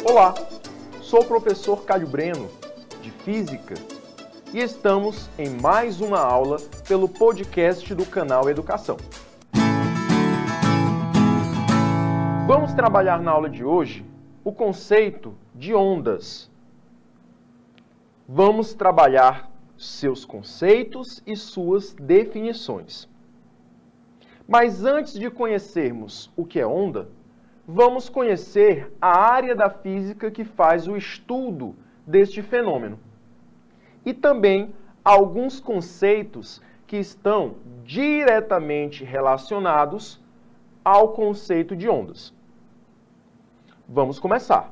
Olá, sou o professor Cálio Breno, de Física, e estamos em mais uma aula pelo podcast do canal Educação. Vamos trabalhar na aula de hoje o conceito de ondas. Vamos trabalhar seus conceitos e suas definições. Mas antes de conhecermos o que é onda, vamos conhecer a área da física que faz o estudo deste fenômeno. E também alguns conceitos que estão diretamente relacionados ao conceito de ondas. Vamos começar.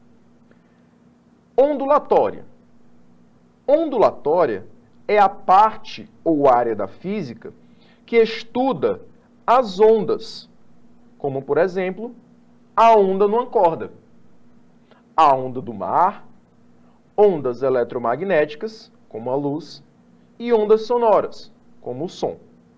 Ondulatória. Ondulatória é a parte ou área da física que estuda as ondas, como, por exemplo, a onda numa corda, a onda do mar, ondas eletromagnéticas, como a luz, e ondas sonoras, como o som.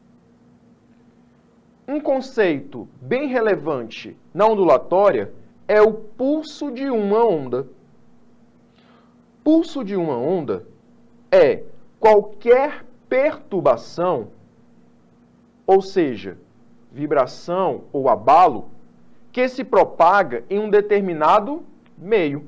Um conceito bem relevante na ondulatória é o pulso de uma onda. Pulso de uma onda é qualquer perturbação, ou seja, vibração ou abalo, que se propaga em um determinado meio.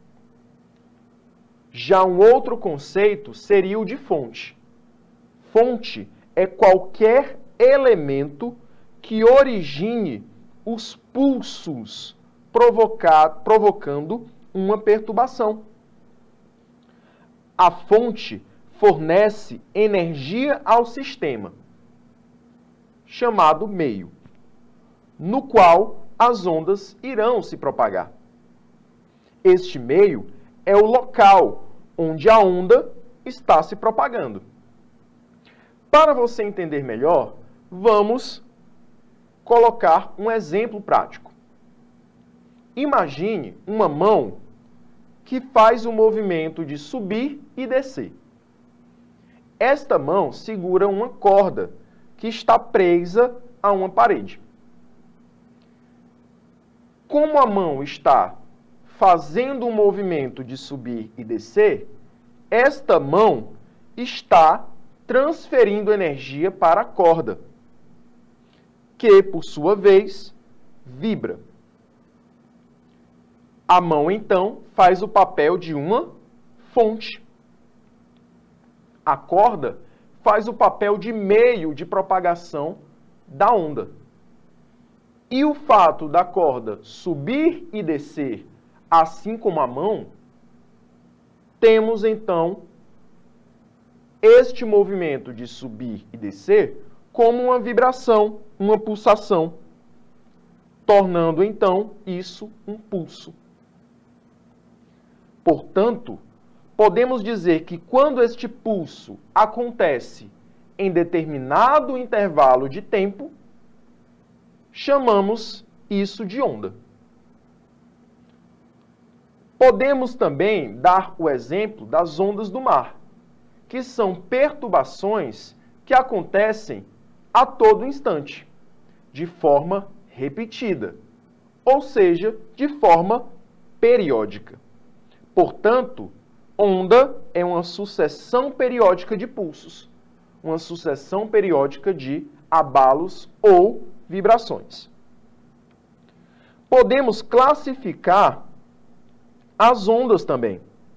Já um outro conceito seria o de fonte. Fonte é qualquer elemento que origine os pulsos, provocando uma perturbação. A fonte fornece energia ao sistema, chamado meio, no qual as ondas irão se propagar. Este meio é o local onde a onda está se propagando. Para você entender melhor, vamos colocar um exemplo prático. Imagine uma mão que faz o movimento de subir e descer. Esta mão segura uma corda que está presa a uma parede. Como a mão está fazendo um movimento de subir e descer, esta mão está transferindo energia para a corda, que, por sua vez, vibra. A mão, então, faz o papel de uma fonte. A corda faz o papel de meio de propagação da onda. E o fato da corda subir e descer, assim como a mão, temos, então, este movimento de subir e descer como uma vibração, uma pulsação, tornando, então, isso um pulso. Portanto, podemos dizer que quando este pulso acontece em determinado intervalo de tempo, chamamos isso de onda. Podemos também dar o exemplo das ondas do mar, que são perturbações que acontecem a todo instante, de forma repetida, ou seja, de forma periódica. Portanto, onda é uma sucessão periódica de pulsos, uma sucessão periódica de abalos ou vibrações. Podemos classificar as ondas também.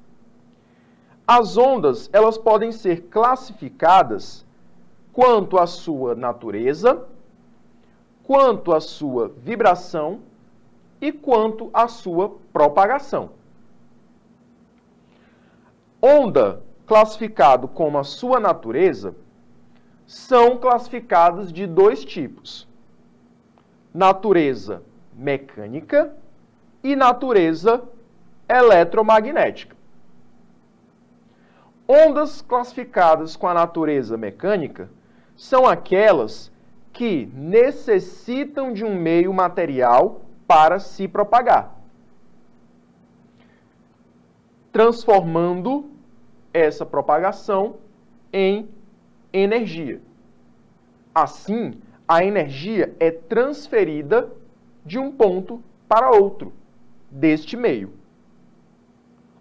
As ondas, elas podem ser classificadas quanto à sua natureza, quanto à sua vibração e quanto à sua propagação. Onda, classificado como a sua natureza, são classificadas de dois tipos: natureza mecânica e natureza eletromagnética. Ondas classificadas com a natureza mecânica são aquelas que necessitam de um meio material para se propagar, transformando essa propagação em energia. Assim, a energia é transferida de um ponto para outro deste meio.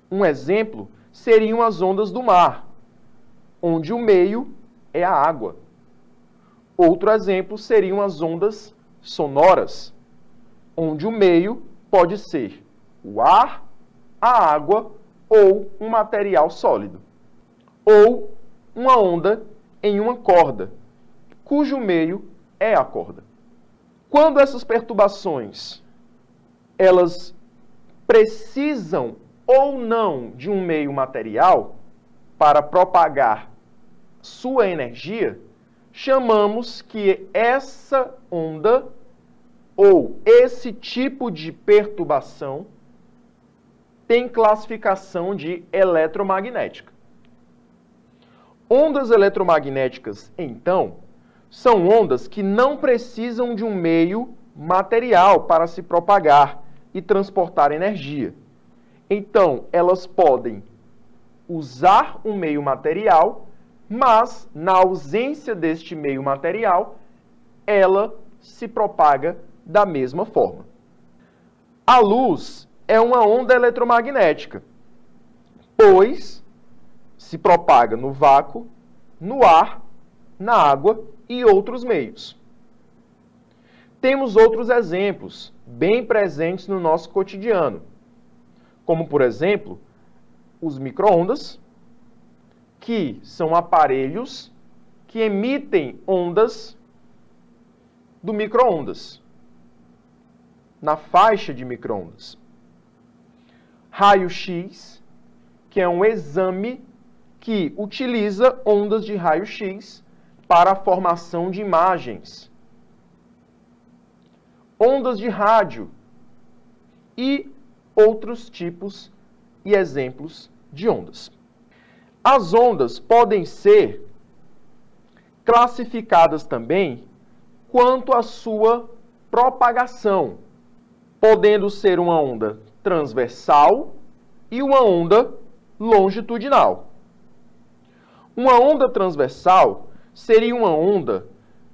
Um exemplo seriam as ondas do mar, onde o meio é a água. Outro exemplo seriam as ondas sonoras, onde o meio pode ser o ar, a água ou um material sólido. Ou uma onda em uma corda, cujo meio é a corda. Quando essas perturbações elas precisam ou não de um meio material para propagar sua energia, chamamos que essa onda ou esse tipo de perturbação tem classificação de eletromagnética. Ondas eletromagnéticas, então, são ondas que não precisam de um meio material para se propagar e transportar energia. Então, elas podem usar um meio material, mas, na ausência deste meio material, ela se propaga da mesma forma. A luz é uma onda eletromagnética, pois se propaga no vácuo, no ar, na água e outros meios. Temos outros exemplos bem presentes no nosso cotidiano, como, por exemplo, os micro-ondas, que são aparelhos que emitem ondas do micro-ondas, na faixa de micro-ondas. Raio-X, que é um exame que utiliza ondas de raio-x para a formação de imagens. Ondas de rádio e outros tipos e exemplos de ondas. As ondas podem ser classificadas também quanto à sua propagação, podendo ser uma onda transversal e uma onda longitudinal. Uma onda transversal seria uma onda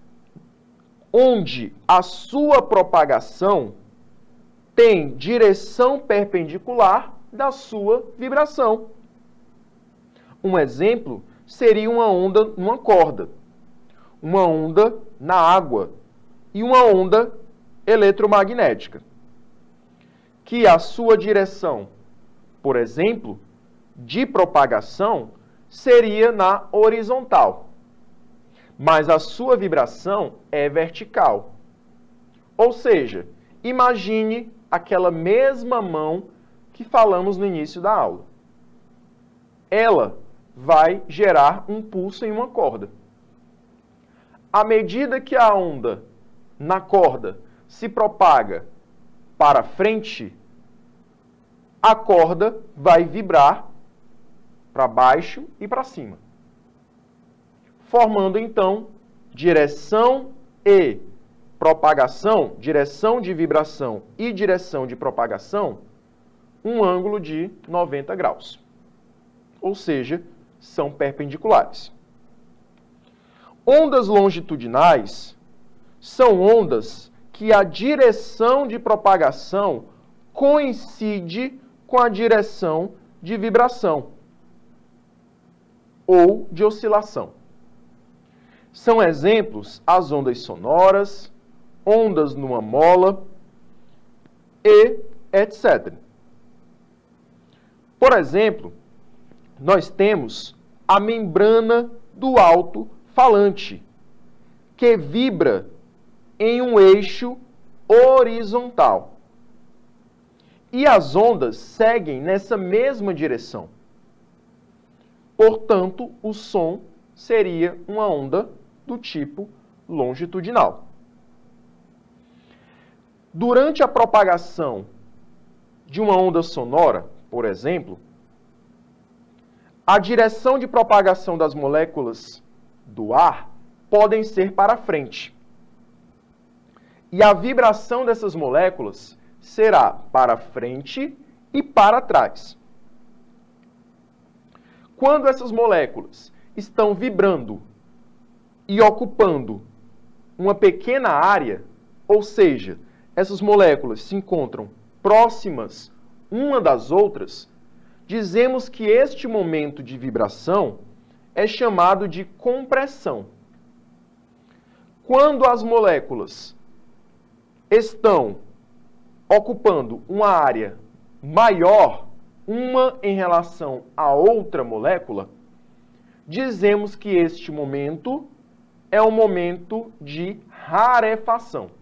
onde a sua propagação tem direção perpendicular da sua vibração. Um exemplo seria uma onda numa corda, uma onda na água e uma onda eletromagnética, que a sua direção, por exemplo, de propagação seria na horizontal, mas a sua vibração é vertical. Ou seja, imagine aquela mesma mão que falamos no início da aula. Ela vai gerar um pulso em uma corda. À medida que a onda na corda se propaga para frente, a corda vai vibrar para baixo e para cima, formando então direção e propagação, direção de vibração e direção de propagação, um ângulo de 90 graus. Ou seja, são perpendiculares. Ondas longitudinais são ondas que a direção de propagação coincide com a direção de vibração ou de oscilação. São exemplos as ondas sonoras, ondas numa mola e etc. Por exemplo, nós temos a membrana do alto-falante, que vibra em um eixo horizontal. E as ondas seguem nessa mesma direção. Portanto, o som seria uma onda do tipo longitudinal. Durante a propagação de uma onda sonora, por exemplo, a direção de propagação das moléculas do ar podem ser para frente. E a vibração dessas moléculas será para frente e para trás. Quando essas moléculas estão vibrando e ocupando uma pequena área, ou seja, essas moléculas se encontram próximas uma das outras, dizemos que este momento de vibração é chamado de compressão. Quando as moléculas estão ocupando uma área maior, uma em relação a outra molécula, dizemos que este momento é um momento de rarefação.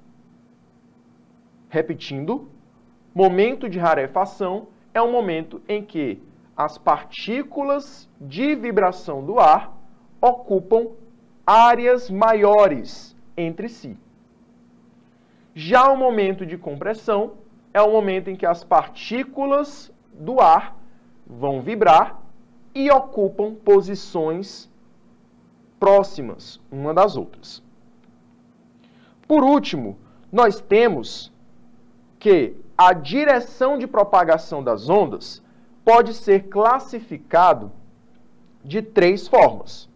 Repetindo, momento de rarefação é um momento em que as partículas de vibração do ar ocupam áreas maiores entre si. Já o momento de compressão é o momento em que as partículas do ar vão vibrar e ocupam posições próximas uma das outras. Por último, nós temos que a direção de propagação das ondas pode ser classificado de 3 formas: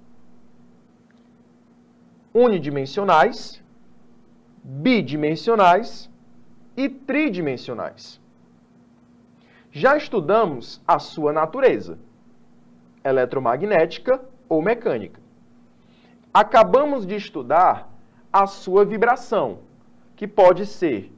unidimensionais, bidimensionais e tridimensionais. Já estudamos a sua natureza, eletromagnética ou mecânica. Acabamos de estudar a sua vibração, que pode ser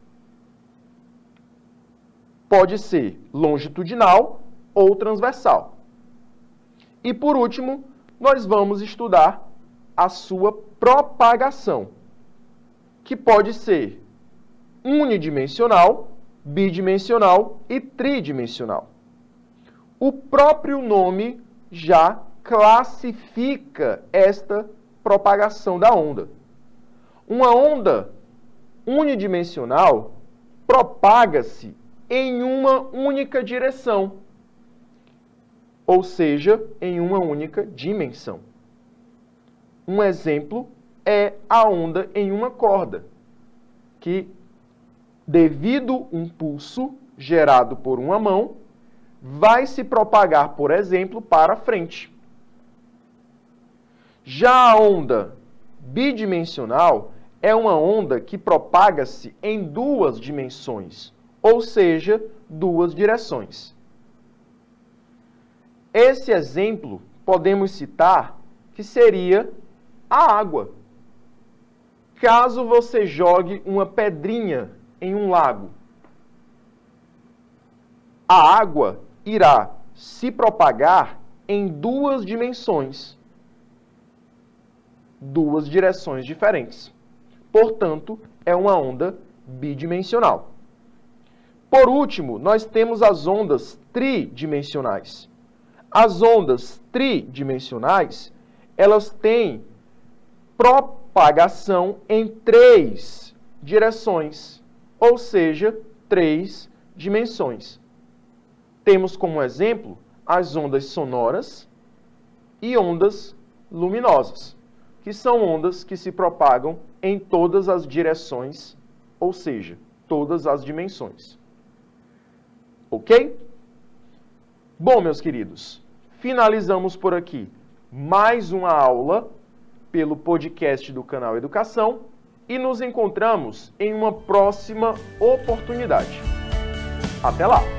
longitudinal ou transversal. E por último, nós vamos estudar a sua propagação, que pode ser unidimensional, bidimensional e tridimensional. O próprio nome já classifica esta propagação da onda. Uma onda unidimensional propaga-se em uma única direção, ou seja, em uma única dimensão. Um exemplo é a onda em uma corda, que, devido a um pulso gerado por uma mão, vai se propagar, por exemplo, para frente. Já a onda bidimensional é uma onda que propaga-se em 2 dimensões, ou seja, 2 direções. Esse exemplo podemos citar que seria a água. Caso você jogue uma pedrinha em um lago, a água irá se propagar em 2 dimensões, 2 direções diferentes. Portanto, é uma onda bidimensional. Por último, nós temos as ondas tridimensionais. As ondas tridimensionais, elas têm propagação em 3 direções, ou seja, 3 dimensões. Temos como exemplo as ondas sonoras e ondas luminosas, que são ondas que se propagam em todas as direções, ou seja, todas as dimensões. Ok? Bom, meus queridos, finalizamos por aqui mais uma aula pelo podcast do canal Educação e nos encontramos em uma próxima oportunidade. Até lá!